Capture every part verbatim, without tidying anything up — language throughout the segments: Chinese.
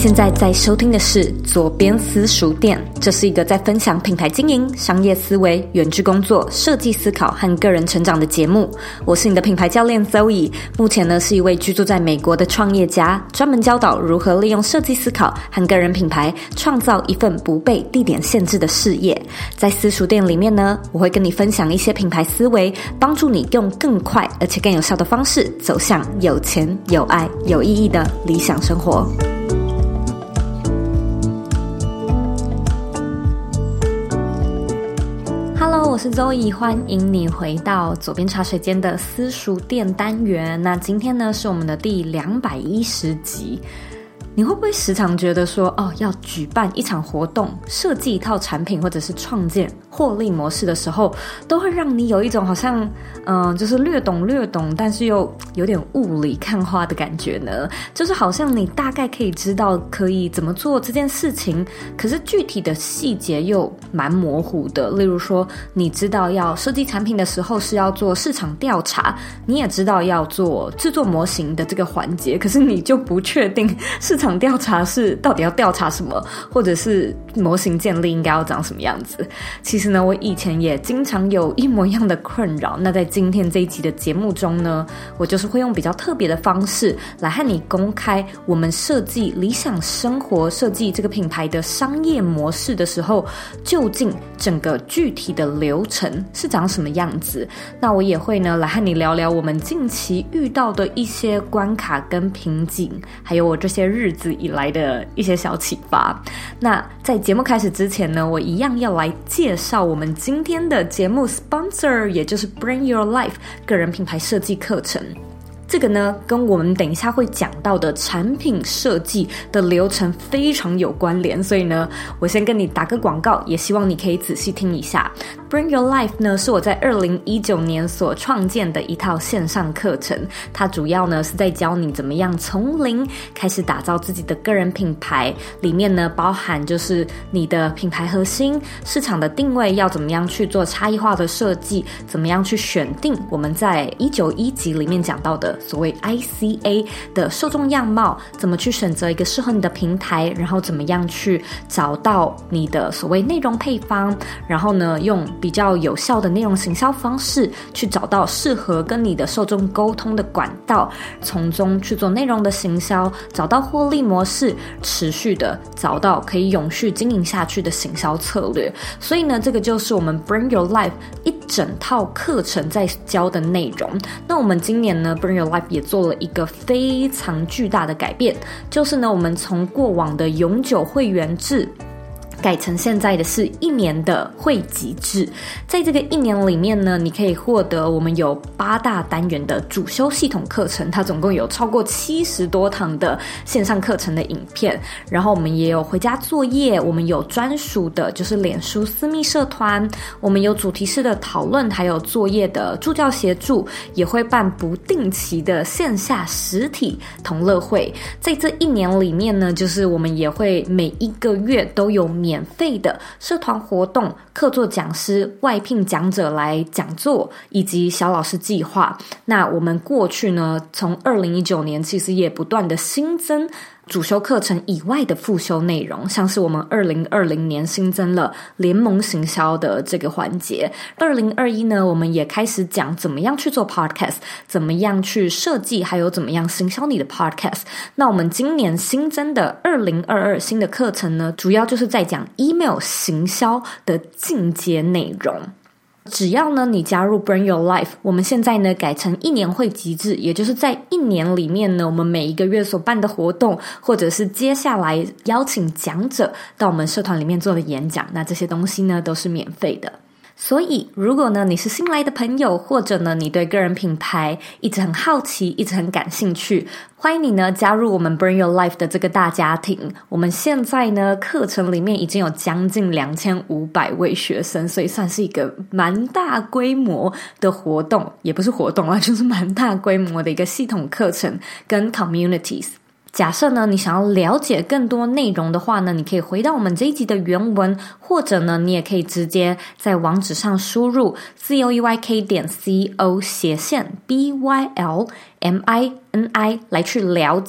现在在收听的是左边私塾店，这是一个在分享品牌经营、商业思维、远距工作、设计思考和个人成长的节目。我是你的品牌教练 Zoe， 目前呢是一位居住在美国的创业家，专门教导如何利用设计思考和个人品牌创造一份不被地点限制的事业。在私塾店里面呢，我会跟你分享一些品牌思维，帮助你用更快而且更有效的方式走向有钱、有爱、有意义的理想生活。Hello， 我是 Zoe， 欢迎你回到左边茶水间的私塾店单元。那今天呢是我们的第两百一十集。你会不会时常觉得说，哦，要举办一场活动、设计一套产品，或者是创建获利模式的时候，都会让你有一种好像，嗯、呃，就是略懂略懂，但是又有点雾里看花的感觉呢？就是好像你大概可以知道可以怎么做这件事情，可是具体的细节又蛮模糊的。例如说，你知道要设计产品的时候是要做市场调查，你也知道要做制作模型的这个环节，可是你就不确定市场调查是到底要调查什么，或者是模型建立应该要长什么样子。其实呢，我以前也经常有一模一样的困扰。那在今天这一集的节目中呢，我就是会用比较特别的方式来和你公开我们设计理想生活、设计这个品牌的商业模式的时候，究竟整个具体的流程是长什么样子。那我也会呢来和你聊聊我们近期遇到的一些关卡跟瓶颈，还有我这些日子以来的一些小启发。那在节目开始之前呢，我一样要来介绍我们今天的节目 sponsor， 也就是 Bring Your Life 个人品牌设计课程。这个呢，跟我们等一下会讲到的产品设计的流程非常有关联，所以呢，我先跟你打个广告，也希望你可以仔细听一下。Bring Your Life 呢，是我在二零一九年所创建的一套线上课程，它主要呢是在教你怎么样从零开始打造自己的个人品牌，里面呢包含就是你的品牌核心、市场的定位要怎么样去做差异化的设计，怎么样去选定我们在一九一集里面讲到的所谓 I C A 的受众样貌，怎么去选择一个适合你的平台，然后怎么样去找到你的所谓内容配方，然后呢用比较有效的内容行销方式去找到适合跟你的受众沟通的管道，从中去做内容的行销，找到获利模式，持续的找到可以永续经营下去的行销策略。所以呢，这个就是我们 Bring Your Life 一整套课程在教的内容。那我们今年呢 Bring Your Life 也做了一个非常巨大的改变，就是呢我们从过往的永久会员制改成现在的是一年的会籍制。在这个一年里面呢，你可以获得我们有八大单元的主修系统课程，它总共有超过七十多堂的线上课程的影片，然后我们也有回家作业，我们有专属的就是脸书私密社团，我们有主题式的讨论，还有作业的助教协助，也会办不定期的线下实体同乐会。在这一年里面呢，就是我们也会每一个月都有免费的社团活动、客座讲师、外聘讲者来讲座，以及小老师计划。那我们过去呢，从二零一九年其实也不断的新增主修课程以外的副修内容，像是我们二零二零年新增了联盟行销的这个环节。二零二一呢，我们也开始讲怎么样去做 podcast， 怎么样去设计，还有怎么样行销你的 podcast。那我们今年新增的二零二二新的课程呢，主要就是在讲 email 行销的进阶内容。只要呢你加入 Bring Your Life， 我们现在呢改成一年会籍制，也就是在一年里面呢，我们每一个月所办的活动，或者是接下来邀请讲者到我们社团里面做的演讲，那这些东西呢都是免费的。所以如果呢你是新来的朋友，或者呢你对个人品牌一直很好奇，一直很感兴趣，欢迎你呢加入我们 Bring Your Life 的这个大家庭。我们现在呢课程里面已经有将近两千五百位学生，所以算是一个蛮大规模的活动，也不是活动啊，就是蛮大规模的一个系统课程跟 communities。假设呢你想要了解更多内容的话呢，你可以回到我们这一集的原文，或者呢你也可以直接在网址上输入 zoeyk 点 co 斜线 b y l m i n i 来去了解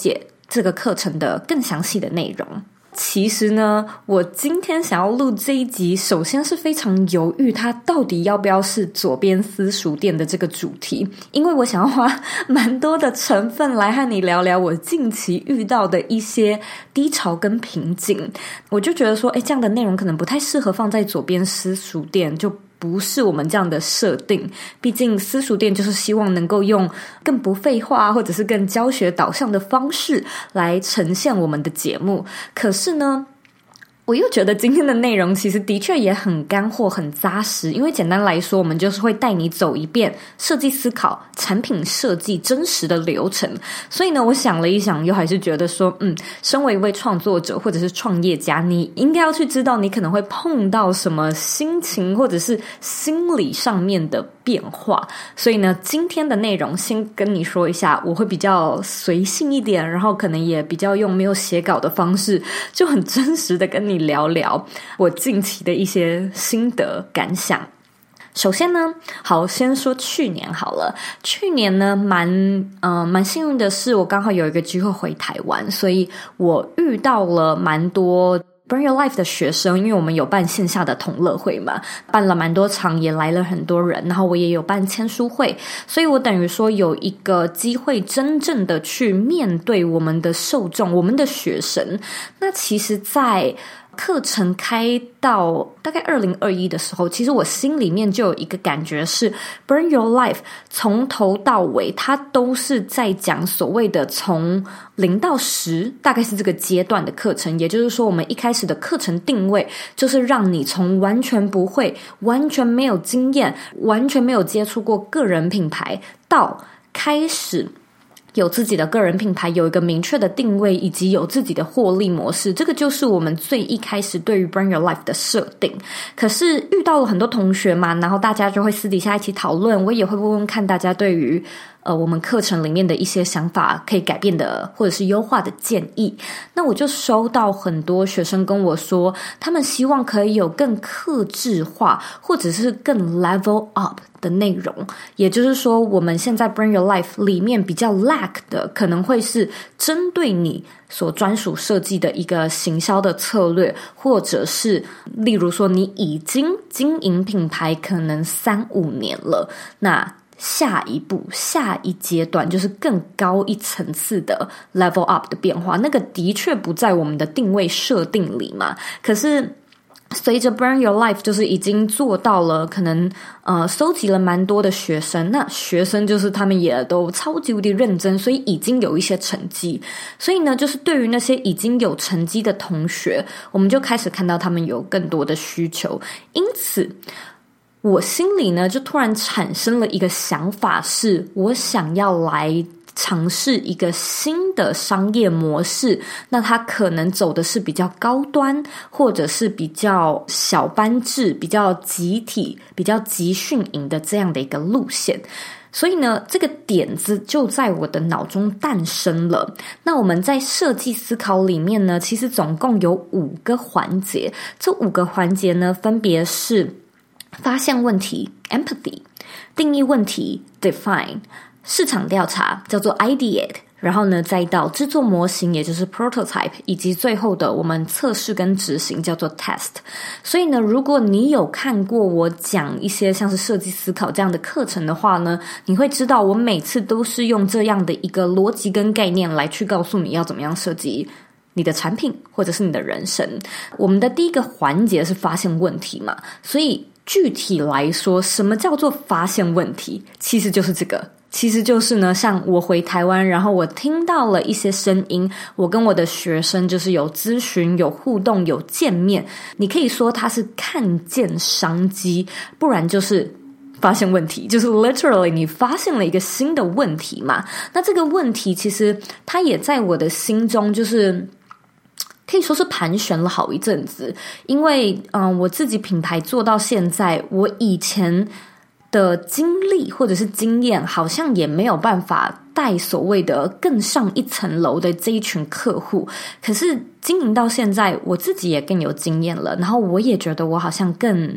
这个课程的更详细的内容。其实呢，我今天想要录这一集，首先是非常犹豫它到底要不要是左边私塾店的这个主题，因为我想要花蛮多的成分来和你聊聊我近期遇到的一些低潮跟瓶颈。我就觉得说，诶，这样的内容可能不太适合放在左边私塾店，就不是我们这样的设定，毕竟私塾店就是希望能够用更不废话或者是更教学导向的方式来呈现我们的节目。可是呢，我又觉得今天的内容其实的确也很干货很扎实，因为简单来说，我们就是会带你走一遍设计思考、产品设计真实的流程。所以呢，我想了一想，又还是觉得说，嗯，身为一位创作者或者是创业家，你应该要去知道你可能会碰到什么心情或者是心理上面的变化。所以呢，今天的内容先跟你说一下，我会比较随性一点，然后可能也比较用没有写稿的方式，就很真实的跟你聊聊我近期的一些心得感想。首先呢，好，先说去年好了。去年呢，蛮呃蛮幸运的是，我刚好有一个机会回台湾，所以我遇到了蛮多Burn Your Life 的学生，因为我们有办线下的同乐会嘛，办了蛮多场，也来了很多人，然后我也有办签书会，所以我等于说有一个机会真正的去面对我们的受众，我们的学生。那其实在课程开到大概二零二一的时候，其实我心里面就有一个感觉是 Burn Your Life 从头到尾它都是在讲所谓的从零到十，大概是这个阶段的课程。也就是说，我们一开始的课程定位就是让你从完全不会、完全没有经验、完全没有接触过个人品牌，到开始有自己的个人品牌，有一个明确的定位，以及有自己的获利模式。这个就是我们最一开始对于 Burn Your Life 的设定。可是遇到了很多同学嘛，然后大家就会私底下一起讨论，我也会问问看大家对于呃我们课程里面的一些想法，可以改变的或者是优化的建议。那我就收到很多学生跟我说，他们希望可以有更客制化或者是更 level up 的内容。也就是说，我们现在 Burn Your Life 里面比较 lack 的，可能会是针对你所专属设计的一个行销的策略，或者是例如说你已经经营品牌可能三五年了，那下一步下一阶段就是更高一层次的 level up 的变化，那个的确不在我们的定位设定里嘛。可是随着 Burn Your Life 就是已经做到了，可能呃收集了蛮多的学生，那学生就是他们也都超级无敌认真，所以已经有一些成绩。所以呢，就是对于那些已经有成绩的同学，我们就开始看到他们有更多的需求。因此我心里呢就突然产生了一个想法，是我想要来尝试一个新的商业模式，那它可能走的是比较高端，或者是比较小班制、比较集体、比较集训营的这样的一个路线。所以呢，这个点子就在我的脑中诞生了。那我们在设计思考里面呢，其实总共有五个环节，这五个环节呢，分别是发现问题 empathy， 定义问题 define， 市场调查叫做 ideate， 然后呢再到制作模型也就是 prototype， 以及最后的我们测试跟执行叫做 test。 所以呢，如果你有看过我讲一些像是设计思考这样的课程的话呢，你会知道我每次都是用这样的一个逻辑跟概念来去告诉你要怎么样设计你的产品或者是你的人生。我们的第一个环节是发现问题嘛，所以具体来说，什么叫做发现问题？其实就是这个，其实就是呢，像我回台湾，然后我听到了一些声音，我跟我的学生就是有咨询、有互动、有见面，你可以说他是看见商机，不然就是发现问题，就是 literally 你发现了一个新的问题嘛。那这个问题其实它也在我的心中就是可以说是盘旋了好一阵子，因为嗯、呃，我自己品牌做到现在，我以前的经历或者是经验好像也没有办法带所谓的更上一层楼的这一群客户，可是经营到现在我自己也更有经验了，然后我也觉得我好像更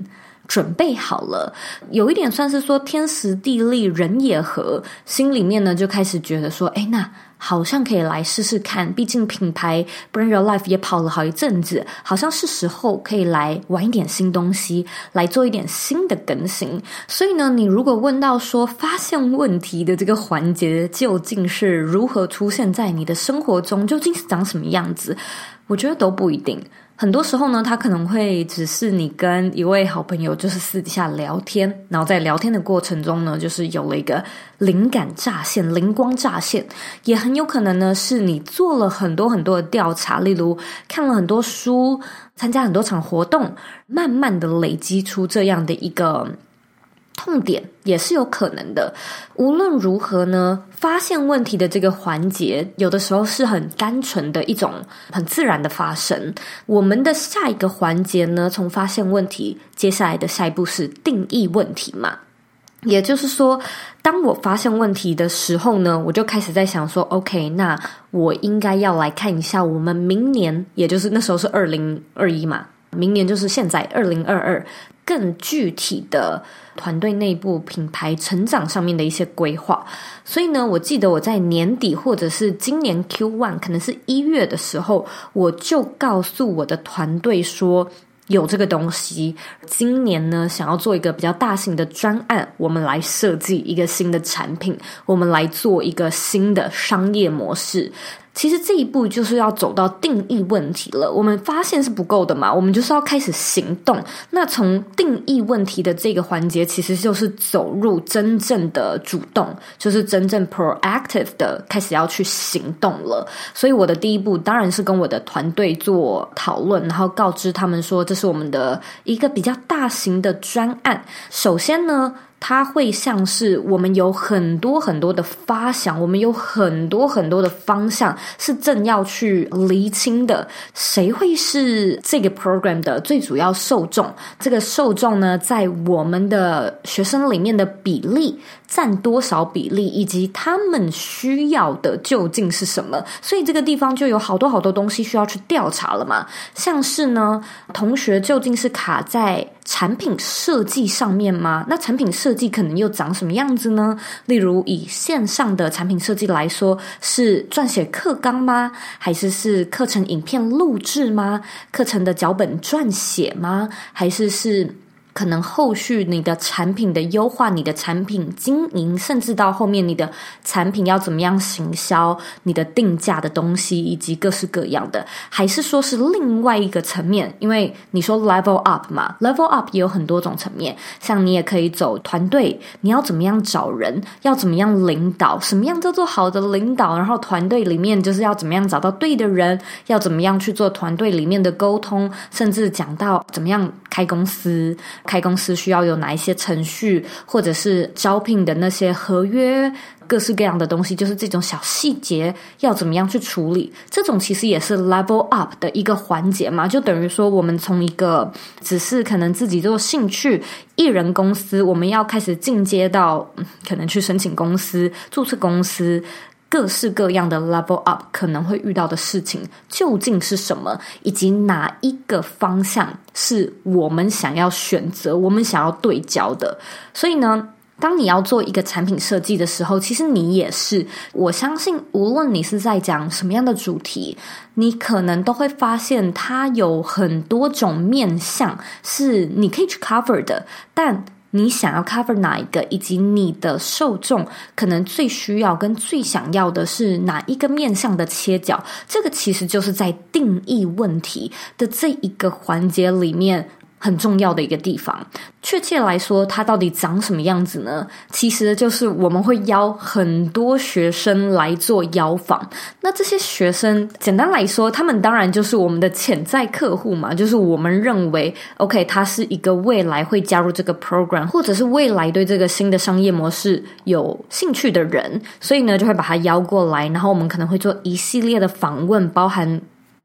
准备好了，有一点算是说天时地利人也合，心里面呢就开始觉得说，诶，那好像可以来试试看，毕竟品牌 Brand Your Life 也跑了好一阵子，好像是时候可以来玩一点新东西，来做一点新的更新。所以呢，你如果问到说发现问题的这个环节究竟是如何出现在你的生活中，究竟是长什么样子，我觉得都不一定。很多时候呢，它可能会只是你跟一位好朋友就是私底下聊天，然后在聊天的过程中呢，就是有了一个灵感乍现、灵光乍现，也很有可能呢是你做了很多很多的调查，例如看了很多书，参加很多场活动，慢慢的累积出这样的一个痛点，也是有可能的。无论如何呢，发现问题的这个环节有的时候是很单纯的一种很自然的发生。我们的下一个环节呢，从发现问题接下来的下一步是定义问题嘛。也就是说，当我发现问题的时候呢，我就开始在想说 OK， 那我应该要来看一下我们明年，也就是那时候是二零二一嘛，明年就是现在二零二二，更具体的团队内部品牌成长上面的一些规划。所以呢，我记得我在年底或者是今年 Q 一 可能是一月的时候，我就告诉我的团队说有这个东西，今年呢想要做一个比较大型的专案，我们来设计一个新的产品，我们来做一个新的商业模式。其实这一步就是要走到定义问题了，我们发现是不够的嘛，我们就是要开始行动。那从定义问题的这个环节，其实就是走入真正的主动，就是真正 proactive 的开始要去行动了。所以我的第一步当然是跟我的团队做讨论，然后告知他们说这是我们的一个比较大型的专案。首先呢，它会像是我们有很多很多的发想，我们有很多很多的方向是正要去厘清的。谁会是这个 program 的最主要受众？这个受众呢，在我们的学生里面的比例占多少比例，以及他们需要的究竟是什么？所以这个地方就有好多好多东西需要去调查了嘛。像是呢，同学究竟是卡在产品设计上面吗？那产品设计可能又长什么样子呢？例如以线上的产品设计来说，是撰写课纲吗？还是是课程影片录制吗？课程的脚本撰写吗？还是是可能后续你的产品的优化，你的产品经营，甚至到后面你的产品要怎么样行销，你的定价的东西，以及各式各样的，还是说是另外一个层面？因为你说 level up 嘛， level up 也有很多种层面，像你也可以走团队，你要怎么样找人，要怎么样领导，什么样叫做好的领导，然后团队里面就是要怎么样找到对的人，要怎么样去做团队里面的沟通，甚至讲到怎么样开公司，开公司需要有哪一些程序，或者是招聘的那些合约，各式各样的东西，就是这种小细节要怎么样去处理，这种其实也是 level up 的一个环节嘛。就等于说我们从一个只是可能自己做兴趣艺人公司，我们要开始进阶到、嗯、可能去申请公司，注册公司，各式各样的 level up 可能会遇到的事情究竟是什么，以及哪一个方向是我们想要选择，我们想要对焦的。所以呢，当你要做一个产品设计的时候，其实你也是，我相信无论你是在讲什么样的主题，你可能都会发现它有很多种面向是你可以去 cover 的，但你想要 cover 哪一个，以及你的受众可能最需要跟最想要的是哪一个面向的切角，这个其实就是在定义问题的这一个环节里面很重要的一个地方。确切来说，它到底长什么样子呢？其实就是我们会邀很多学生来做邀访。那这些学生简单来说，他们当然就是我们的潜在客户嘛，就是我们认为 OK 他是一个未来会加入这个 program， 或者是未来对这个新的商业模式有兴趣的人，所以呢就会把他邀过来，然后我们可能会做一系列的访问，包含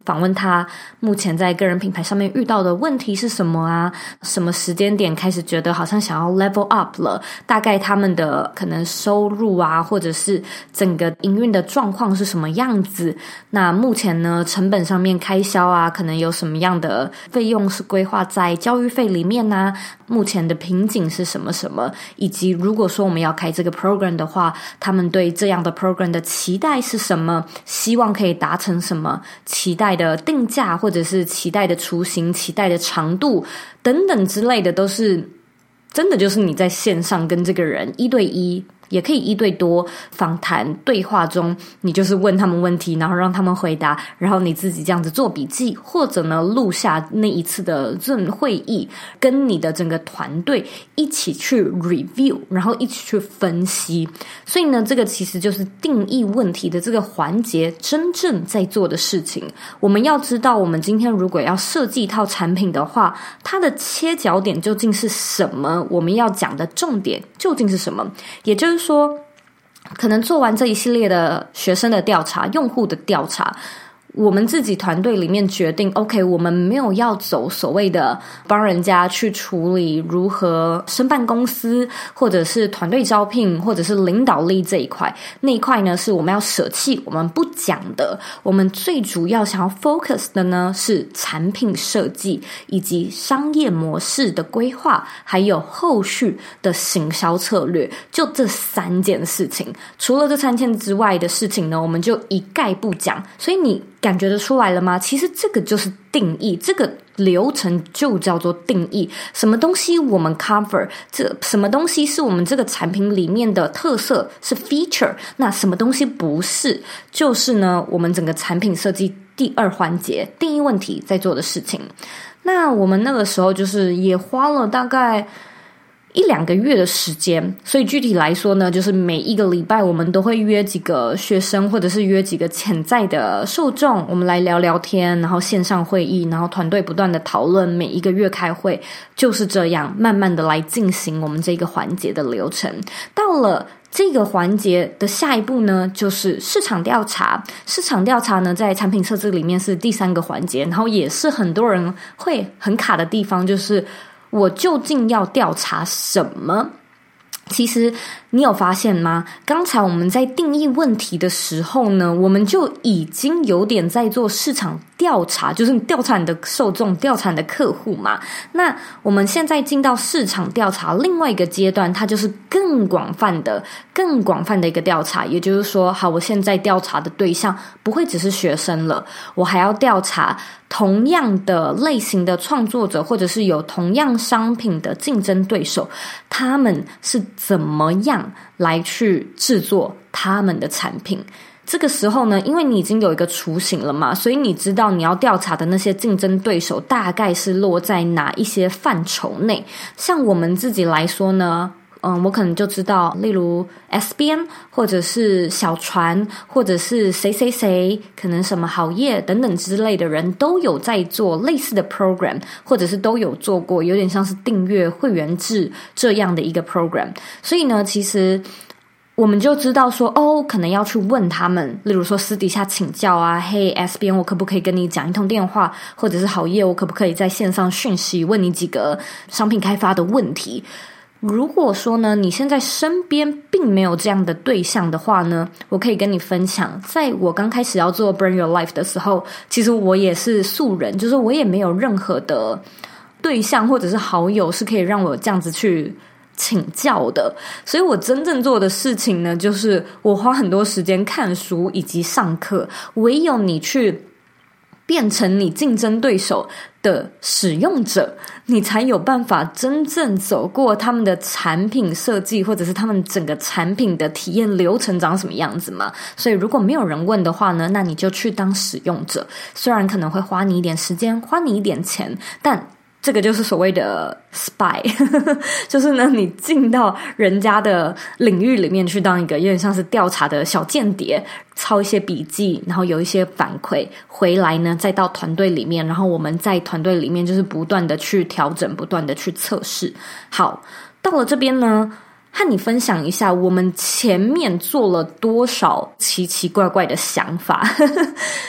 访问他目前在个人品牌上面遇到的问题是什么啊？什么时间点开始觉得好像想要 level up 了？大概他们的可能收入啊，或者是整个营运的状况是什么样子？那目前呢，成本上面开销啊，可能有什么样的费用是规划在教育费里面啊？目前的瓶颈是什么什么？以及如果说我们要开这个 program 的话，他们对这样的 program 的期待是什么？希望可以达成什么？期待的定价，或者是期待的雏形、期待的长度等等之类的，都是真的就是你在线上跟这个人一对一，也可以一对多访谈对话中，你就是问他们问题，然后让他们回答，然后你自己这样子做笔记，或者呢录下那一次的 Zoom 会议，跟你的整个团队一起去 review， 然后一起去分析。所以呢，这个其实就是定义问题的这个环节真正在做的事情。我们要知道，我们今天如果要设计一套产品的话，它的切角点究竟是什么？我们要讲的重点究竟是什么？也就是说，可能做完这一系列的学生的调查、用户的调查，我们自己团队里面决定 OK， 我们没有要走所谓的帮人家去处理如何申办公司，或者是团队招聘，或者是领导力这一块。那一块呢，是我们要舍弃，我们不讲的。我们最主要想要 focus 的呢，是产品设计以及商业模式的规划，还有后续的行销策略，就这三件事情。除了这三件之外的事情呢，我们就一概不讲。所以你感觉得出来了吗？其实这个就是定义，这个流程就叫做定义。什么东西我们 cover， 这什么东西是我们这个产品里面的特色，是 feature， 那什么东西不是，就是呢我们整个产品设计第二环节定义问题在做的事情。那我们那个时候就是也花了大概一两个月的时间，所以具体来说呢，就是每一个礼拜我们都会约几个学生，或者是约几个潜在的受众，我们来聊聊天，然后线上会议，然后团队不断的讨论，每一个月开会，就是这样慢慢的来进行我们这个环节的流程。到了这个环节的下一步呢，就是市场调查。市场调查呢，在产品设置里面是第三个环节，然后也是很多人会很卡的地方，就是我究竟要调查什么？其实你有发现吗？刚才我们在定义问题的时候呢，我们就已经有点在做市场调查，就是调查你的受众，调查你的客户嘛。那我们现在进到市场调查另外一个阶段，它就是更广泛的、更广泛的一个调查。也就是说，好，我现在调查的对象不会只是学生了，我还要调查同样的类型的创作者，或者是有同样商品的竞争对手，他们是怎么样来去制作他们的产品。这个时候呢，因为你已经有一个雏形了嘛，所以你知道你要调查的那些竞争对手大概是落在哪一些范畴内。像我们自己来说呢，嗯，我可能就知道，例如 S 边，或者是小船，或者是谁谁谁，可能什么好业等等之类的人都有在做类似的 program， 或者是都有做过，有点像是订阅会员制这样的一个 program。所以呢，其实我们就知道说，哦，可能要去问他们，例如说私底下请教啊，嘿 S 边，我可不可以跟你讲一通电话，或者是好业，我可不可以在线上讯息问你几个商品开发的问题。如果说呢，你现在身边并没有这样的对象的话呢，我可以跟你分享，在我刚开始要做 Burn Your Life 的时候，其实我也是素人，就是我也没有任何的对象或者是好友是可以让我这样子去请教的。所以我真正做的事情呢，就是我花很多时间看书以及上课。唯有你去变成你竞争对手的使用者，你才有办法真正走过他们的产品设计，或者是他们整个产品的体验流程长什么样子嘛。所以如果没有人问的话呢，那你就去当使用者，虽然可能会花你一点时间，花你一点钱，但这个就是所谓的 spy 就是呢，你进到人家的领域里面去当一个有点像是调查的小间谍，抄一些笔记，然后有一些反馈回来呢，再到团队里面，然后我们在团队里面就是不断的去调整，不断的去测试。好，到了这边呢，和你分享一下我们前面做了多少奇奇怪怪的想法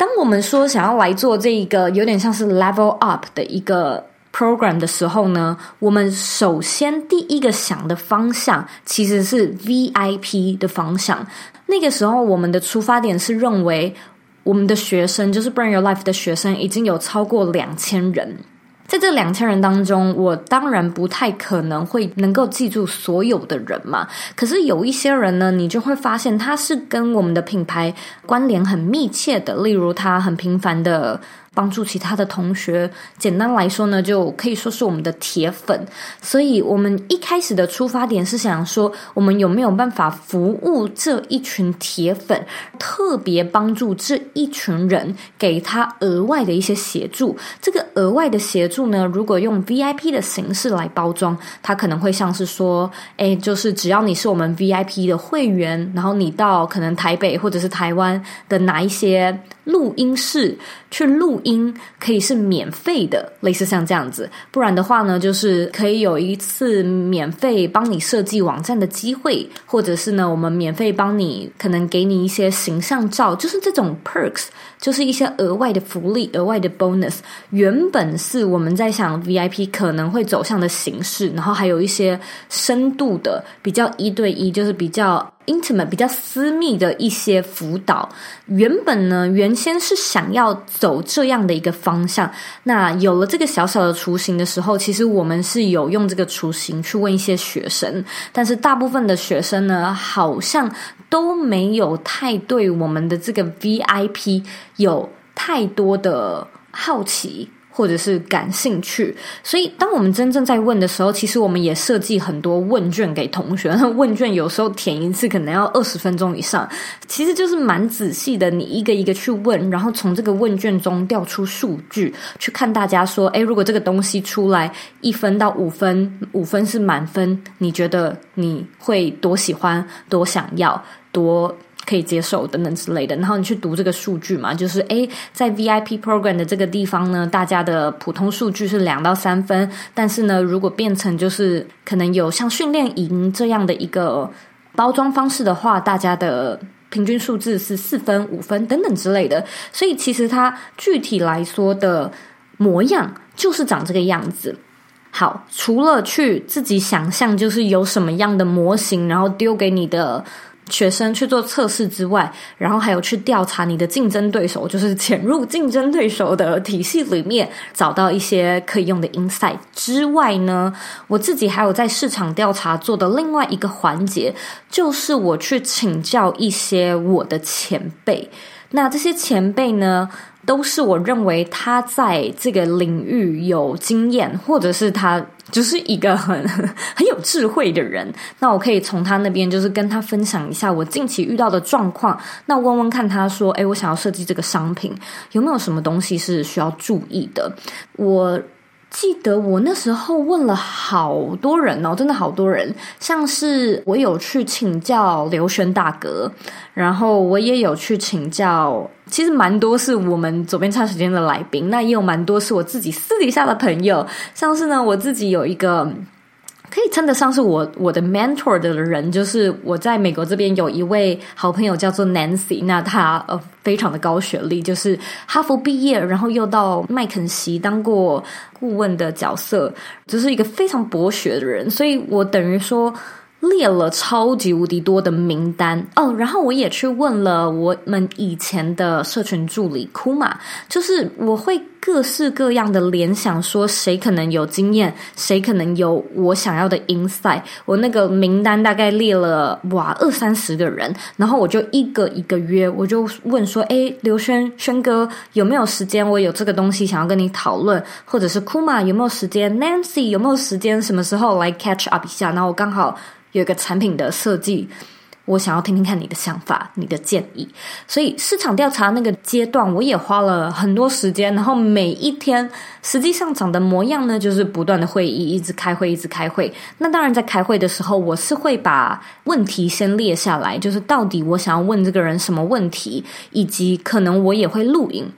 当我们说想要来做这个有点像是 level up 的一个 program 的时候呢，我们首先第一个想的方向其实是 V I P 的方向。那个时候我们的出发点是认为我们的学生，就是 Brand Your Life 的学生已经有超过两千人。在这两千人当中，我当然不太可能会能够记住所有的人嘛。可是有一些人呢，你就会发现他是跟我们的品牌关联很密切的，例如他很频繁的帮助其他的同学，简单来说呢，就可以说是我们的铁粉。所以我们一开始的出发点是想说，我们有没有办法服务这一群铁粉，特别帮助这一群人，给他额外的一些协助。这个额外的协助呢，如果用 V I P 的形式来包装，它可能会像是说，诶，就是只要你是我们 V I P 的会员，然后你到可能台北或者是台湾的哪一些录音室去录音，可以是免费的，类似像这样子。不然的话呢，就是可以有一次免费帮你设计网站的机会，或者是呢，我们免费帮你可能给你一些形象照，就是这种 perks， 就是一些额外的福利，额外的 bonus。原本是我们在想 V I P 可能会走向的形式，然后还有一些深度的比较一对一，就是比较intimate 比较私密的一些辅导。原本呢，原先是想要走这样的一个方向。那有了这个小小的雏形的时候，其实我们是有用这个雏形去问一些学生，但是大部分的学生呢，好像都没有太对我们的这个 V I P 有太多的好奇或者是感兴趣。所以当我们真正在问的时候，其实我们也设计很多问卷给同学，问卷有时候填一次可能要二十分钟以上，其实就是蛮仔细的，你一个一个去问，然后从这个问卷中调出数据，去看大家说，诶，如果这个东西出来一分到五分，五分是满分，你觉得你会多喜欢，多想要，多可以接受等等之类的。然后你去读这个数据嘛，就是诶，在 V I P program 的这个地方呢，大家的普通数据是两到三分，但是呢，如果变成就是可能有像训练营这样的一个包装方式的话，大家的平均数字是四分、五分等等之类的。所以其实它具体来说的模样就是长这个样子。好，除了去自己想象就是有什么样的模型，然后丢给你的学生去做测试之外，然后还有去调查你的竞争对手，就是潜入竞争对手的体系里面，找到一些可以用的 insight 之外呢，我自己还有在市场调查做的另外一个环节，就是我去请教一些我的前辈。那这些前辈呢，都是我认为他在这个领域有经验，或者是他就是一个很很有智慧的人。那我可以从他那边就是跟他分享一下我近期遇到的状况，那问问看他说，诶，我想要设计这个商品，有没有什么东西是需要注意的。我记得我那时候问了好多人哦，真的好多人，像是我有去请教刘轩大哥，然后我也有去请教，其实蛮多是我们左边差时间的来宾，那也有蛮多是我自己私底下的朋友，像是呢我自己有一个可以称得上是我我的 mentor 的人，就是我在美国这边有一位好朋友叫做 Nancy， 那她呃非常的高学历，就是哈佛毕业，然后又到麦肯锡当过顾问的角色，就是一个非常博学的人，所以我等于说列了超级无敌多的名单哦，然后我也去问了我们以前的社群助理 Kuma， 就是我会各式各样的联想，说谁可能有经验，谁可能有我想要的 insight。我那个名单大概列了哇二三十个人，然后我就一个一个约，我就问说，诶，刘轩轩哥有没有时间？我有这个东西想要跟你讨论，或者是 Kuma 有没有时间 ？Nancy 有没有时间？什么时候来 catch up 一下？然后我刚好有一个产品的设计，我想要听听看你的想法，你的建议。所以市场调查那个阶段我也花了很多时间，然后每一天实际上长的模样呢，就是不断的会议，一直开会一直开会。那当然在开会的时候，我是会把问题先列下来，就是到底我想要问这个人什么问题，以及可能我也会录影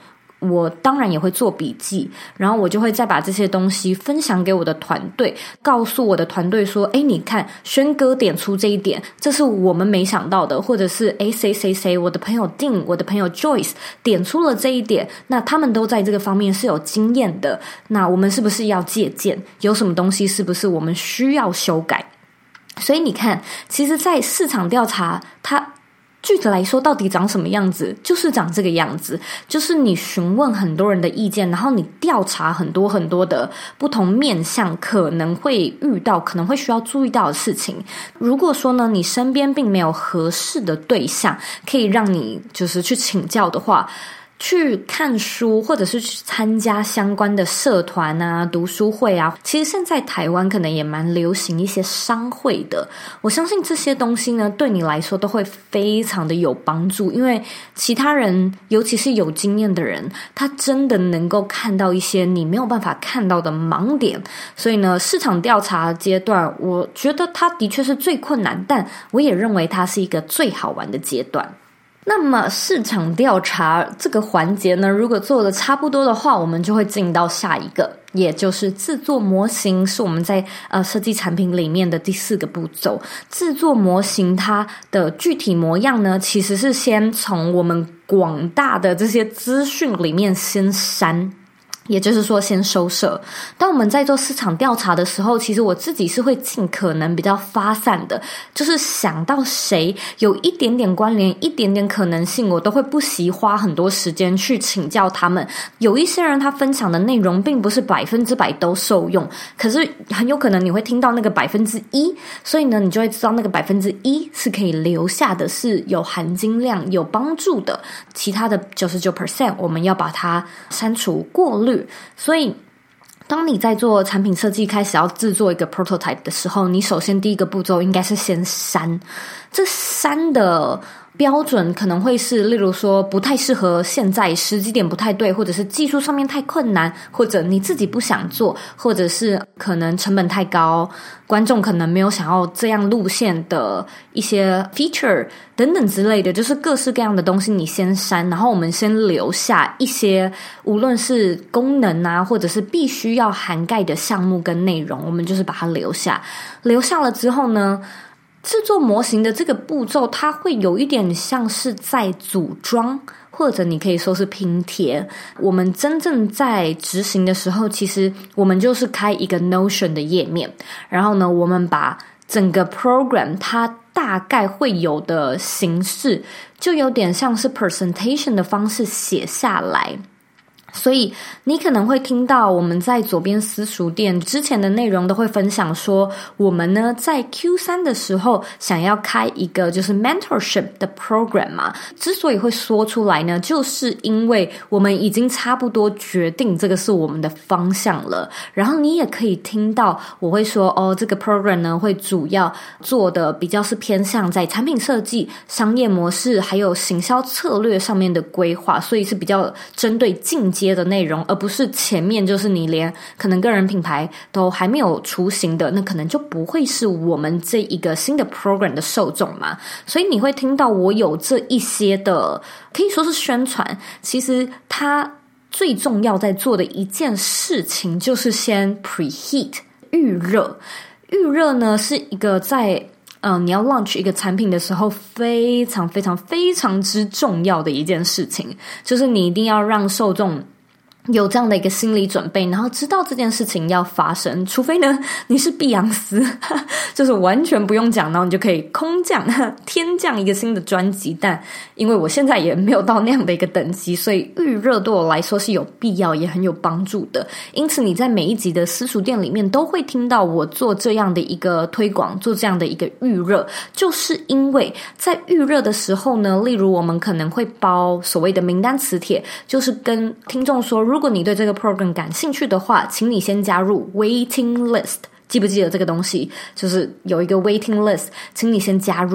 我当然也会做笔记，然后我就会再把这些东西分享给我的团队，告诉我的团队说，诶，你看轩哥点出这一点，这是我们没想到的，或者是诶谁谁谁，我的朋友 Dean， 我的朋友 Joyce 点出了这一点，那他们都在这个方面是有经验的，那我们是不是要借鉴？有什么东西是不是我们需要修改？所以你看，其实在市场调查，它具体来说到底长什么样子，就是长这个样子，就是你询问很多人的意见，然后你调查很多很多的不同面向可能会遇到可能会需要注意到的事情。如果说呢你身边并没有合适的对象可以让你就是去请教的话，去看书或者是去参加相关的社团啊、读书会啊，其实现在台湾可能也蛮流行一些商会的。我相信这些东西呢，对你来说都会非常的有帮助，因为其他人，尤其是有经验的人，他真的能够看到一些你没有办法看到的盲点。所以呢，市场调查阶段，我觉得它的确是最困难，但我也认为它是一个最好玩的阶段。那么市场调查这个环节呢，如果做的差不多的话，我们就会进到下一个，也就是制作模型，是我们在呃设计产品里面的第四个步骤。制作模型它的具体模样呢，其实是先从我们广大的这些资讯里面先删，也就是说先收摄。当我们在做市场调查的时候，其实我自己是会尽可能比较发散的，就是想到谁有一点点关联，一点点可能性，我都会不惜花很多时间去请教他们。有一些人他分享的内容并不是百分之百都受用，可是很有可能你会听到那个百分之一，所以呢你就会知道那个百分之一是可以留下的，是有含金量有帮助的，其他的 百分之九十九 我们要把它删除过滤。所以当你在做产品设计开始要制作一个 prototype 的时候，你首先第一个步骤应该是先删。这删的标准可能会是例如说不太适合现在，时机点不太对，或者是技术上面太困难，或者你自己不想做，或者是可能成本太高，观众可能没有想要这样路线的一些 feature 等等之类的，就是各式各样的东西你先删，然后我们先留下一些无论是功能啊，或者是必须要涵盖的项目跟内容，我们就是把它留下。留下了之后呢，制作模型的这个步骤，它会有一点像是在组装，或者你可以说是拼贴。我们真正在执行的时候，其实我们就是开一个 Notion 的页面，然后呢，我们把整个 program 它大概会有的形式，就有点像是 presentation 的方式写下来。所以你可能会听到我们在左边私塾店之前的内容都会分享说，我们呢在 Q 三 的时候想要开一个就是 mentorship 的 program 嘛。之所以会说出来呢，就是因为我们已经差不多决定这个是我们的方向了。然后你也可以听到我会说，哦，这个 program 呢会主要做的比较是偏向在产品设计、商业模式还有行销策略上面的规划，所以是比较针对进阶的内容，而不是前面就是你连可能个人品牌都还没有雏形的，那可能就不会是我们这一个新的 program 的受众嘛。所以你会听到我有这一些的可以说是宣传，其实它最重要在做的一件事情就是先 preheat 预热。预热呢是一个在嗯、呃，你要 launch 一个产品的时候非常非常非常之重要的一件事情，就是你一定要让受众有这样的一个心理准备，然后知道这件事情要发生，除非呢你是碧昂斯，就是完全不用讲，然后你就可以空降天降一个新的专辑。但因为我现在也没有到那样的一个等级，所以预热对我来说是有必要也很有帮助的。因此你在每一集的私塾店里面都会听到我做这样的一个推广，做这样的一个预热，就是因为在预热的时候呢，例如我们可能会包所谓的名单磁铁，就是跟听众说，如果你对这个 program 感兴趣的话，请你先加入 waiting list。记不记得这个东西？就是有一个 waiting list， 请你先加入。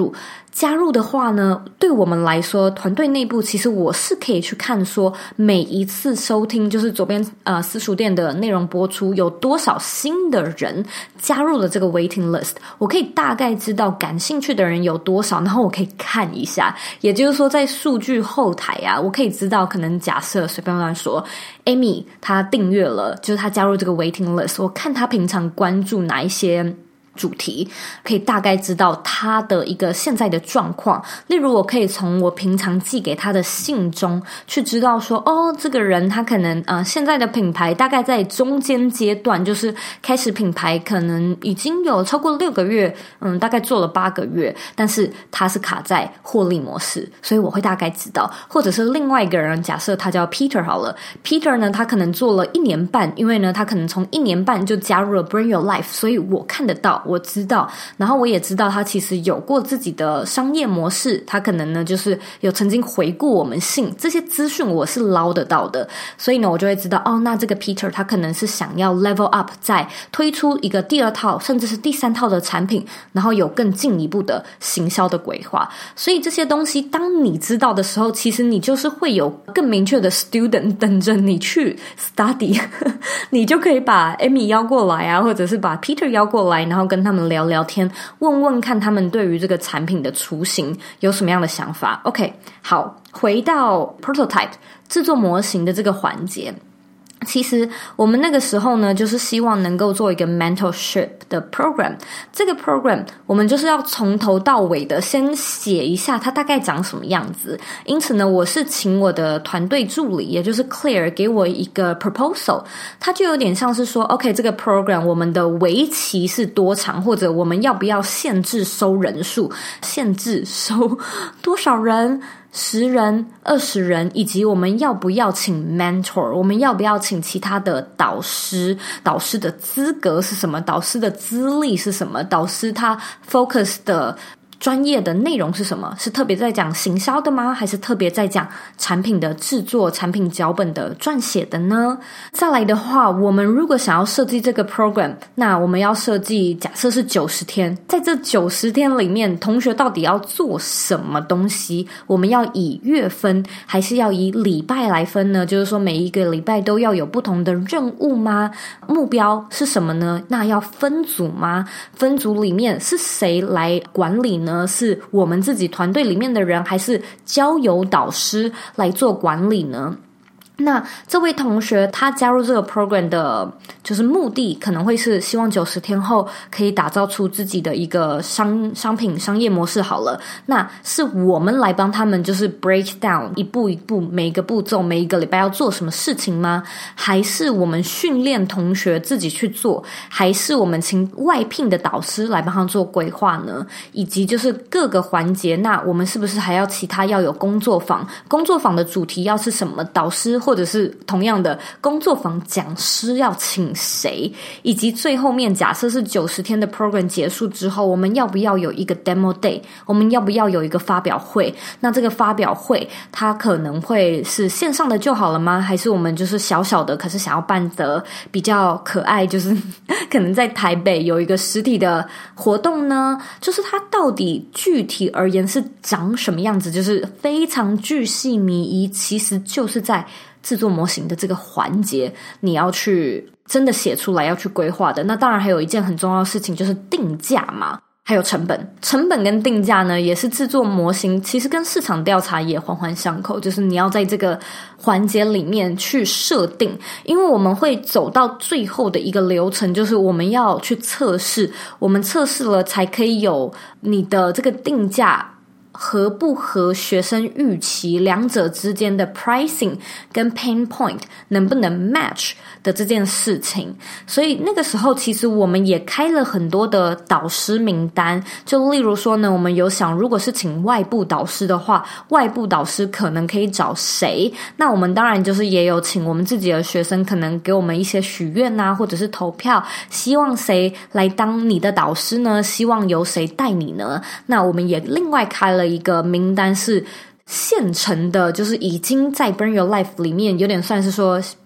加入的话呢，对我们来说，团队内部其实我是可以去看说，每一次收听就是左边呃私塾店的内容播出，有多少新的人加入了这个 waiting list， 我可以大概知道感兴趣的人有多少，然后我可以看一下，也就是说在数据后台啊，我可以知道可能假设随便乱说 Amy 她订阅了，就是她加入这个 waiting list， 我看她平常关注哪一些主题，可以大概知道他的一个现在的状况。例如我可以从我平常寄给他的信中去知道说，哦，这个人他可能呃现在的品牌大概在中间阶段，就是开始品牌可能已经有超过六个月，嗯，大概做了八个月，但是他是卡在获利模式，所以我会大概知道。或者是另外一个人，假设他叫 Peter 好了， Peter 呢他可能做了一年半，因为呢他可能从一年半就加入了 Bring Your Life， 所以我看得到，我知道，然后我也知道他其实有过自己的商业模式，他可能呢就是有曾经回顾我们信，这些资讯我是捞得到的，所以呢我就会知道，哦，那这个 Peter 他可能是想要 level up， 再推出一个第二套甚至是第三套的产品，然后有更进一步的行销的规划。所以这些东西当你知道的时候，其实你就是会有更明确的 student 等着你去 study 你就可以把 Amy 邀过来啊，或者是把 Peter 邀过来，然后跟他们聊聊天，问问看他们对于这个产品的雏形有什么样的想法。 OK， 好，回到 prototype 制作模型的这个环节，其实我们那个时候呢就是希望能够做一个 mentorship 的 program， 这个 program 我们就是要从头到尾的先写一下它大概长什么样子。因此呢我是请我的团队助理，也就是 Claire 给我一个 proposal， 它就有点像是说 OK 这个 program 我们的为期是多长，或者我们要不要限制收人数，限制收多少人，十人、二十人，以及我们要不要请 mentor， 我们要不要请其他的导师，导师的资格是什么，导师的资历是什么，导师他 focus 的专业的内容是什么，是特别在讲行销的吗，还是特别在讲产品的制作、产品脚本的撰写的呢？再来的话，我们如果想要设计这个 program， 那我们要设计假设是九十天，在这九十天里面同学到底要做什么东西，我们要以月分还是要以礼拜来分呢？就是说每一个礼拜都要有不同的任务吗？目标是什么呢？那要分组吗？分组里面是谁来管理呢？是我们自己团队里面的人，还是交由导师来做管理呢？那这位同学他加入这个 program 的就是目的可能会是希望九十天后可以打造出自己的一个商商品商业模式好了，那是我们来帮他们就是 break down 一步一步每一个步骤每一个礼拜要做什么事情吗？还是我们训练同学自己去做？还是我们请外聘的导师来帮他做规划呢？以及就是各个环节，那我们是不是还要其他要有工作坊？工作坊的主题要是什么？导师或者是同样的工作坊讲师要请谁？以及最后面假设是九十天的 program 结束之后，我们要不要有一个 demo day？ 我们要不要有一个发表会？那这个发表会它可能会是线上的就好了吗？还是我们就是小小的，可是想要办得比较可爱，就是可能在台北有一个实体的活动呢？就是它到底具体而言是长什么样子，就是非常巨细靡遗，其实就是在制作模型的这个环节你要去真的写出来，要去规划的。那当然还有一件很重要的事情就是定价嘛，还有成本。成本跟定价呢也是制作模型其实跟市场调查也环环相扣，就是你要在这个环节里面去设定。因为我们会走到最后的一个流程，就是我们要去测试，我们测试了才可以有你的这个定价合不合学生预期，两者之间的 pricing 跟 pain point 能不能 match 的这件事情。所以那个时候其实我们也开了很多的导师名单，就例如说呢，我们有想如果是请外部导师的话，外部导师可能可以找谁？那我们当然就是也有请我们自己的学生可能给我们一些许愿啊，或者是投票，希望谁来当你的导师呢？希望由谁带你呢？那我们也另外开了一个名单是现成的，就是已经在 Bring Your Life 里面有点算是说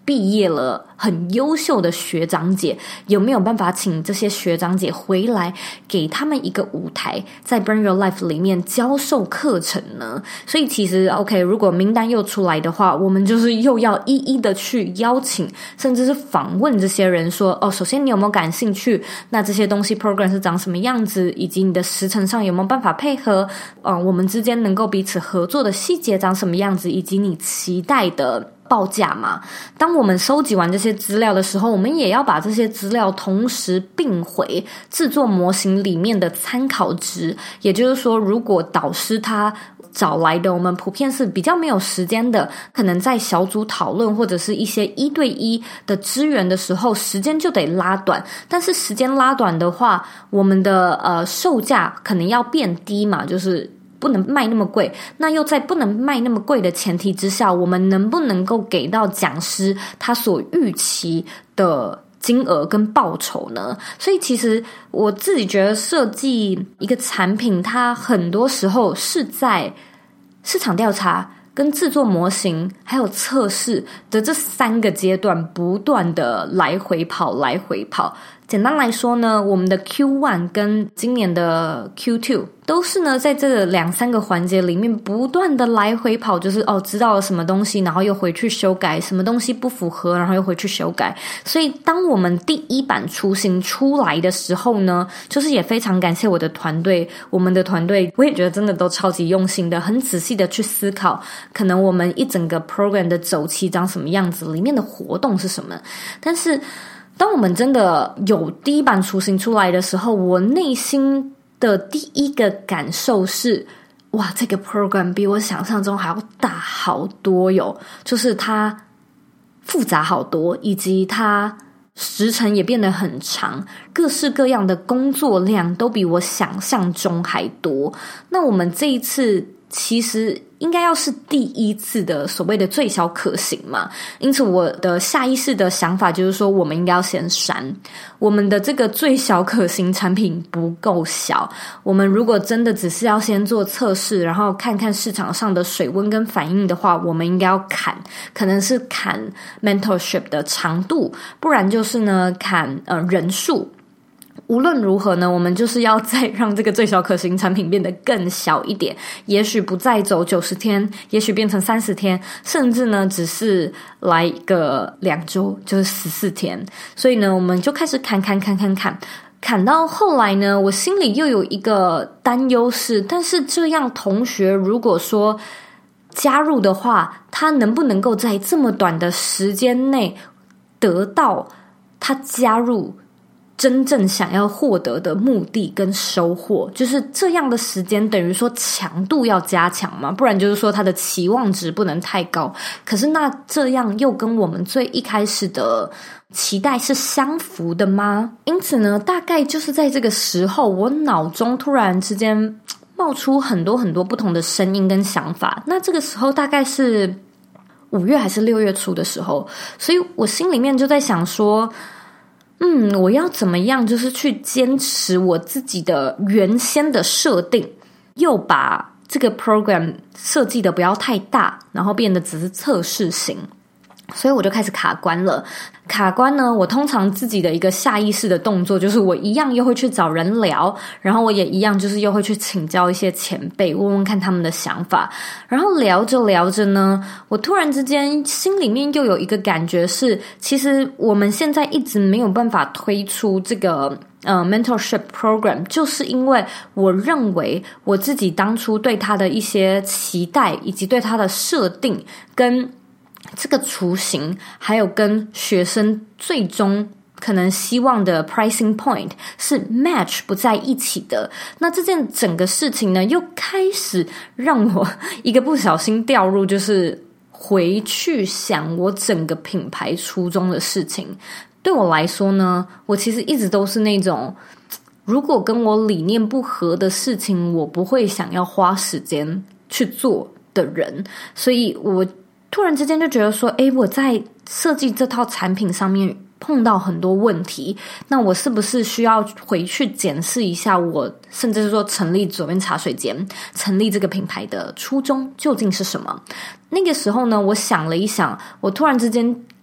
毕业了很优秀的学长姐，有没有办法请这些学长姐回来给他们一个舞台，在 Brand Your Life 里面教授课程呢？所以其实 OK， 如果名单又出来的话，我们就是又要一一的去邀请，甚至是访问这些人说，哦，首先你有没有感兴趣，那这些东西 program 是长什么样子，以及你的时程上有没有办法配合，呃，我们之间能够彼此合作的细节长什么样子，以及你期待的报价嘛。当我们收集完这些资料的时候，我们也要把这些资料同时并回制作模型里面的参考值，也就是说，如果导师他找来的我们普遍是比较没有时间的，可能在小组讨论或者是一些一对一的支援的时候，时间就得拉短。但是时间拉短的话，我们的呃售价可能要变低嘛，就是不能卖那么贵。那又在不能卖那么贵的前提之下，我们能不能够给到讲师他所预期的金额跟报酬呢？所以其实我自己觉得设计一个产品，它很多时候是在市场调查跟制作模型还有测试的这三个阶段不断的来回跑来回跑。简单来说呢，我们的 Q 一 跟今年的 Q 二 都是呢在这两三个环节里面不断的来回跑，就是哦知道了什么东西，然后又回去修改，什么东西不符合，然后又回去修改。所以当我们第一版雏形出来的时候呢，就是也非常感谢我的团队，我们的团队我也觉得真的都超级用心的，很仔细的去思考可能我们一整个 program 的周期长什么样子，里面的活动是什么。但是当我们真的有第一版雏形出来的时候，我内心的第一个感受是，哇，这个 program 比我想象中还要大好多哟，就是它复杂好多，以及它时程也变得很长，各式各样的工作量都比我想象中还多。那我们这一次其实应该要是第一次的所谓的最小可行嘛，因此我的下意识的想法就是说，我们应该要先删我们的这个最小可行产品不够小。我们如果真的只是要先做测试，然后看看市场上的水温跟反应的话，我们应该要砍，可能是砍 mentorship 的长度，不然就是呢砍呃人数。无论如何呢，我们就是要再让这个最小可行产品变得更小一点，也许不再走九十天，也许变成三十天，甚至呢只是来个两周，就是十四天。所以呢我们就开始砍砍砍砍砍砍到后来呢，我心里又有一个担忧是，但是这样同学如果说加入的话，他能不能够在这么短的时间内得到他加入真正想要获得的目的跟收获？就是这样的时间等于说强度要加强嘛，不然就是说他的期望值不能太高。可是那这样又跟我们最一开始的期待是相符的吗？因此呢，大概就是在这个时候，我脑中突然之间冒出很多很多不同的声音跟想法。那这个时候大概是五月还是六月初的时候，所以我心里面就在想说，嗯，我要怎么样就是去坚持我自己的原先的设定，又把这个 program 设计的不要太大，然后变得只是测试型。所以我就开始卡关了。卡关呢，我通常自己的一个下意识的动作就是我一样又会去找人聊，然后我也一样就是又会去请教一些前辈，问问看他们的想法。然后聊着聊着呢，我突然之间心里面又有一个感觉是，其实我们现在一直没有办法推出这个呃 mentorship program， 就是因为我认为我自己当初对他的一些期待，以及对他的设定跟这个雏形，还有跟学生最终可能希望的 pricing point 是 match 不在一起的。那这件整个事情呢，又开始让我一个不小心掉入就是回去想我整个品牌初衷的事情。对我来说呢，我其实一直都是那种如果跟我理念不合的事情，我不会想要花时间去做的人。所以我突然之间就觉得说，诶，我在设计这套产品上面碰到很多问题，那我是不是需要回去检视一下我甚至是说成立左边茶水间，成立这个品牌的初衷究竟是什么？那个时候呢，我想了一想，我突然之间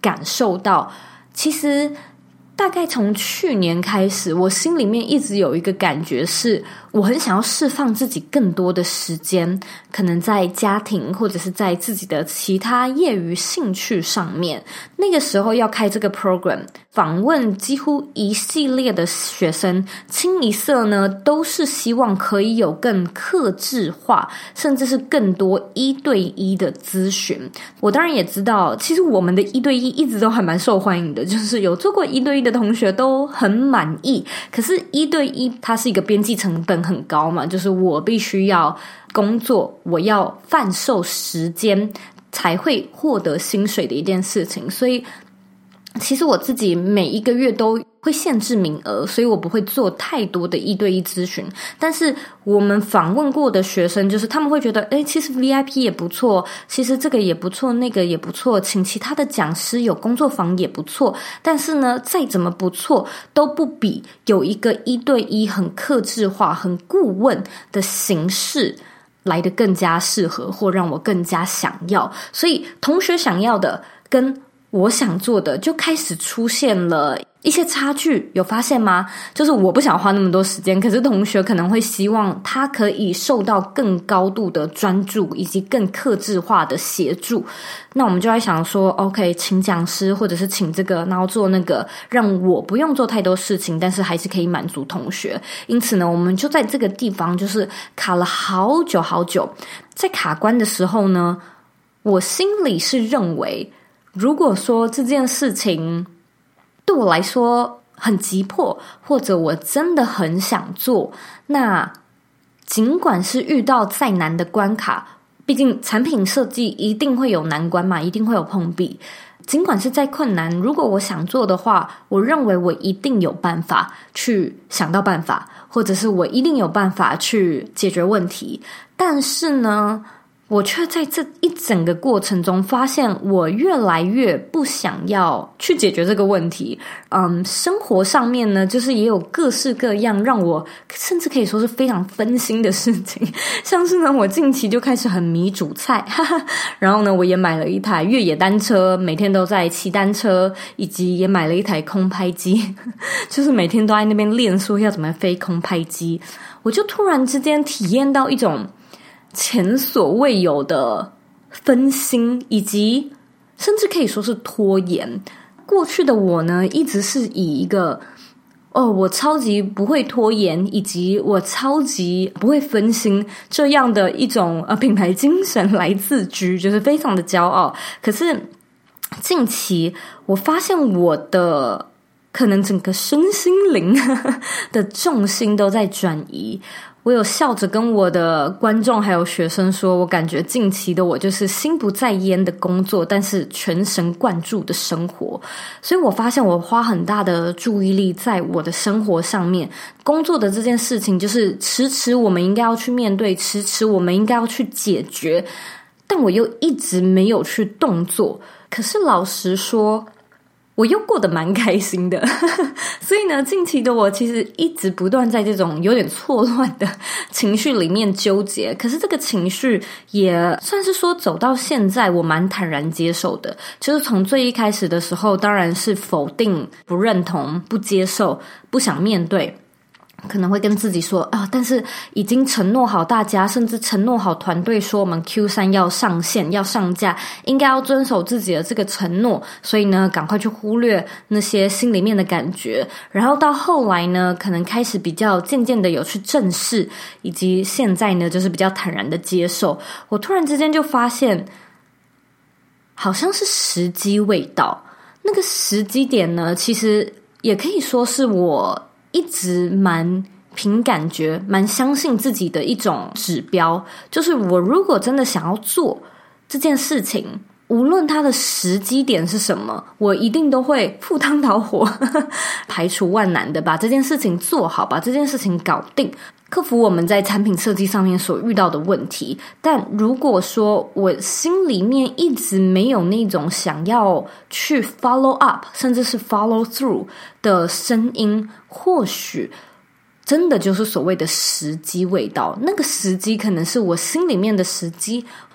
感受到，其实大概从去年开始，我心里面一直有一个感觉是，我很想要释放自己更多的时间，可能在家庭或者是在自己的其他业余兴趣上面。那个时候要开这个 program， 访问几乎一系列的学生，清一色呢都是希望可以有更客制化，甚至是更多一对一的咨询。我当然也知道，其实我们的一对一一直都还蛮受欢迎的，就是有做过一对一的同学都很满意。可是一对一它是一个边际成本很高嘛，就是我必须要工作，我要贩售时间才会获得薪水的一件事情。所以其实我自己每一个月都会限制名额，所以我不会做太多的一对一咨询。但是我们访问过的学生，就是他们会觉得，诶，其实 V I P 也不错，其实这个也不错，那个也不错，请其他的讲师有工作坊也不错。但是呢，再怎么不错，都不比有一个一对一很客制化、很顾问的形式来得更加适合，或让我更加想要。所以同学想要的跟我想做的就开始出现了一些差距，有发现吗？就是我不想花那么多时间，可是同学可能会希望他可以受到更高度的专注以及更客制化的协助。那我们就在想说 OK， 请讲师或者是请这个，然后做那个，让我不用做太多事情，但是还是可以满足同学。因此呢，我们就在这个地方就是卡了好久好久。在卡关的时候呢，我心里是认为，如果说这件事情对我来说很急迫，或者我真的很想做，那尽管是遇到再难的关卡，毕竟产品设计一定会有难关嘛，一定会有碰壁，尽管是再困难，如果我想做的话，我认为我一定有办法去想到办法，或者是我一定有办法去解决问题。但是呢，我却在这一整个过程中发现，我越来越不想要去解决这个问题。嗯，生活上面呢，就是也有各式各样让我甚至可以说是非常分心的事情，像是呢，我近期就开始很迷煮菜，哈哈，然后呢，我也买了一台越野单车，每天都在骑单车，以及也买了一台空拍机，就是每天都在那边练说要怎么飞空拍机。我就突然之间体验到一种前所未有的分心，以及甚至可以说是拖延。过去的我呢，一直是以一个哦，我超级不会拖延，以及我超级不会分心这样的一种呃品牌精神来自居，就是非常的骄傲。可是近期我发现我的可能整个身心灵的重心都在转移。我有笑着跟我的观众还有学生说，我感觉近期的我就是心不在焉的工作，但是全神贯注的生活。所以我发现我花很大的注意力在我的生活上面，工作的这件事情就是迟迟我们应该要去面对，迟迟我们应该要去解决，但我又一直没有去动作。可是老实说，我又过得蛮开心的所以呢，近期的我其实一直不断在这种有点错乱的情绪里面纠结。可是这个情绪也算是说走到现在我蛮坦然接受的，就是从最一开始的时候当然是否定、不认同、不接受、不想面对，可能会跟自己说啊，但是已经承诺好大家，甚至承诺好团队说我们 Q 三 要上线要上架，应该要遵守自己的这个承诺，所以呢赶快去忽略那些心里面的感觉。然后到后来呢，可能开始比较渐渐的有去正视，以及现在呢就是比较坦然的接受。我突然之间就发现好像是时机未到。那个时机点呢，其实也可以说是我一直蛮凭感觉蛮相信自己的一种指标，就是我如果真的想要做这件事情，无论它的时机点是什么，我一定都会赴汤蹈火排除万难的把这件事情做好，把这件事情搞定，克服我们在产品设计上面所遇到的问题。但如果说我心里面一直没有那种想要去 follow up 甚至是 follow through 的声音，或许真的就是所谓的时机未到。那个时机可能是我心里面的时机，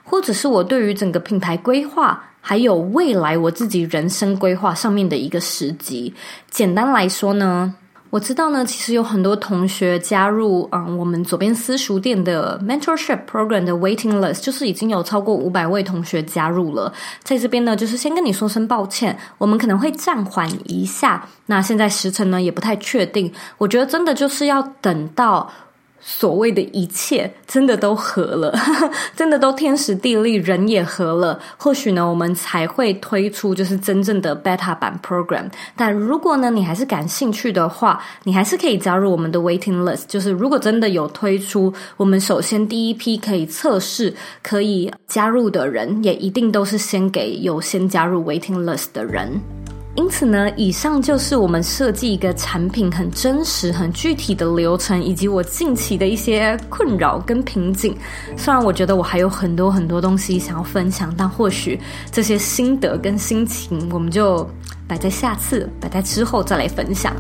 或者是我对于整个品牌规划还有未来我自己人生规划上面的一个时机。简单来说呢，我知道呢，其实有很多同学加入嗯我们左边私塾店的 mentorship program 的 waiting list， 就是已经有超过五百位同学加入了。在这边呢，就是先跟你说声抱歉，我们可能会暂缓一下，那现在时程呢也不太确定。我觉得真的就是要等到所谓的一切真的都合了真的都天时地利人也合了，或许呢我们才会推出就是真正的 beta 版 program。 但如果呢你还是感兴趣的话，你还是可以加入我们的 waiting list， 就是如果真的有推出，我们首先第一批可以测试可以加入的人，也一定都是先给有先加入 waiting list 的人。因此呢，以上就是我们设计一个产品很真实很具体的流程，以及我近期的一些困扰跟瓶颈。虽然我觉得我还有很多很多东西想要分享，但或许这些心得跟心情我们就摆在下次摆在之后再来分享。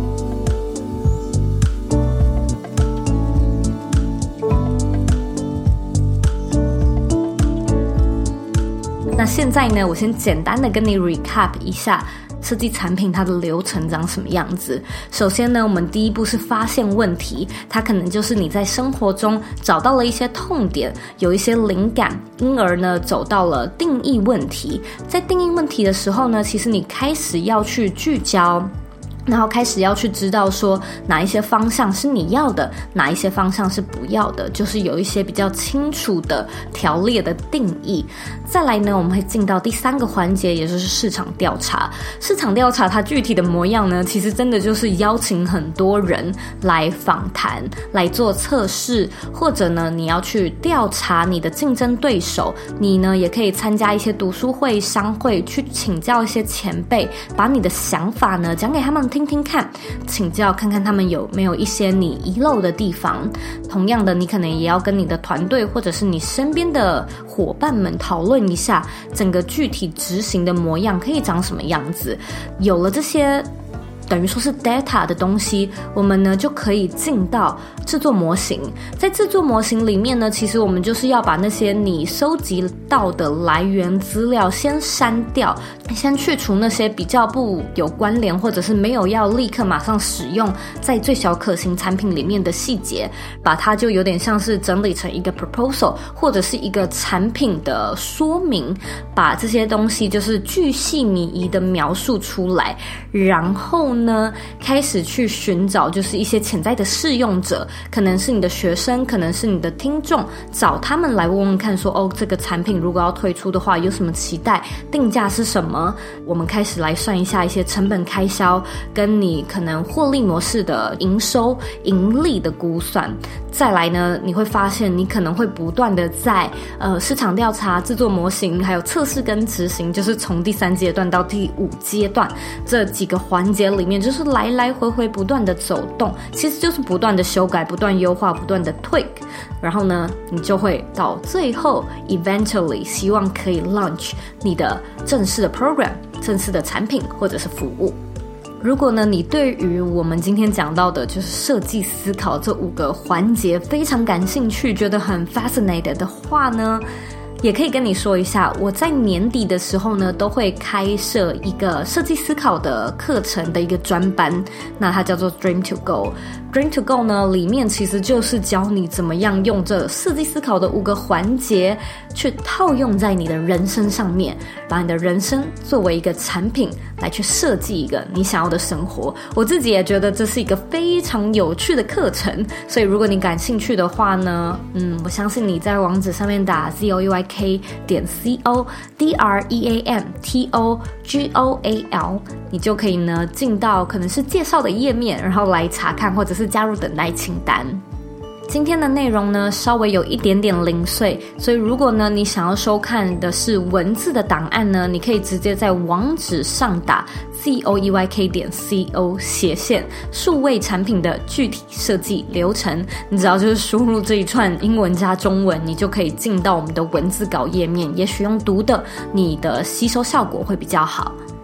那现在呢，我先简单的跟你 recap 一下设计产品它的流程长什么样子。首先呢，我们第一步是发现问题，它可能就是你在生活中找到了一些痛点，有一些灵感，因而呢走到了定义问题。在定义问题的时候呢，其实你开始要去聚焦，然后开始要去知道说哪一些方向是你要的，哪一些方向是不要的，就是有一些比较清楚的条列的定义。再来呢，我们会进到第三个环节，也就是市场调查。市场调查它具体的模样呢，其实真的就是邀请很多人来访谈，来做测试，或者呢你要去调查你的竞争对手，你呢也可以参加一些读书会、商会，去请教一些前辈，把你的想法呢讲给他们听听看，请教看看他们有没有一些你遗漏的地方。同样的，你可能也要跟你的团队或者是你身边的伙伴们讨论一下整个具体执行的模样可以长什么样子。有了这些等于说是 data 的东西，我们呢就可以进到制作模型。在制作模型里面呢，其实我们就是要把那些你收集到的来源资料先删掉，先去除那些比较不有关联或者是没有要立刻马上使用在最小可行产品里面的细节，把它就有点像是整理成一个 proposal 或者是一个产品的说明，把这些东西就是巨细靡遗的描述出来，然后呢开始去寻找就是一些潜在的试用者，可能是你的学生，可能是你的听众，找他们来问问看说，哦，这个产品如果要推出的话有什么期待，定价是什么。我们开始来算一下一些成本开销跟你可能获利模式的营收盈利的估算。再来呢，你会发现你可能会不断的在呃市场调查、制作模型还有测试跟执行，就是从第三阶段到第五阶段这几个环节里面，就是来来回回不断的走动，其实就是不断的修改、不断优化、不断的 tweak， 然后呢你就会到最后 eventually 希望可以 launch 你的正式的 program、 正式的产品或者是服务。如果呢你对于我们今天讲到的就是设计思考这五个环节非常感兴趣，觉得很 fascinated 的话呢，也可以跟你说一下，我在年底的时候呢都会开设一个设计思考的课程的一个专班，那它叫做 Dream to Go。 Dream to Go 呢里面其实就是教你怎么样用这设计思考的五个环节去套用在你的人生上面，把你的人生作为一个产品来去设计一个你想要的生活。我自己也觉得这是一个非常有趣的课程，所以如果你感兴趣的话呢，嗯，我相信你在网址上面打 z o u y k 点 c o d r e a m t o g o a l， 你就可以呢进到可能是介绍的页面，然后来查看或者是加入等待清单。今天的内容呢稍微有一点点零碎，所以如果呢你想要收看的是文字的档案呢，你可以直接在网址上打 z o e y k 点 c o 斜线数位产品的具体设计流程，你只要就是输入这一串英文加中文，你就可以进到我们的文字稿页面，也许用读的你的吸收效果会比较好。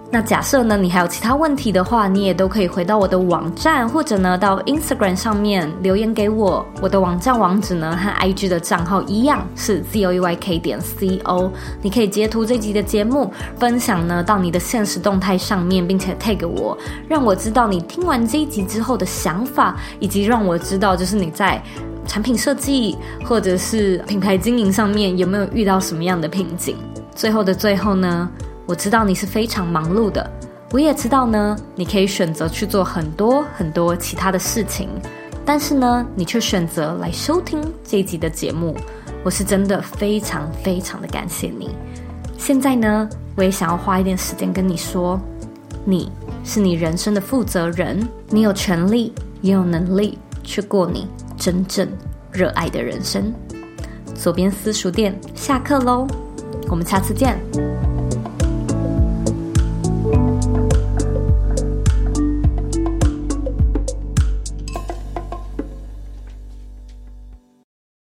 那假设呢你还有其他问题的话，你也都可以回到我的网站，或者呢到 Instagram 上面留言给我。我的网站网址呢和 I G 的账号一样是 zoeyk 点 co， 你可以截图这集的节目分享呢到你的限时动态上面，并且 tag 我，让我知道你听完这一集之后的想法，以及让我知道就是你在产品设计或者是品牌经营上面有没有遇到什么样的瓶颈。最后的最后呢，我知道你是非常忙碌的，我也知道呢你可以选择去做很多很多其他的事情，但是呢你却选择来收听这一集的节目，我是真的非常非常的感谢你。现在呢我也想要花一点时间跟你说，你是你人生的负责人，你有权利也有能力去过你真正热爱的人生。左边私塾店下课咯，我们下次见。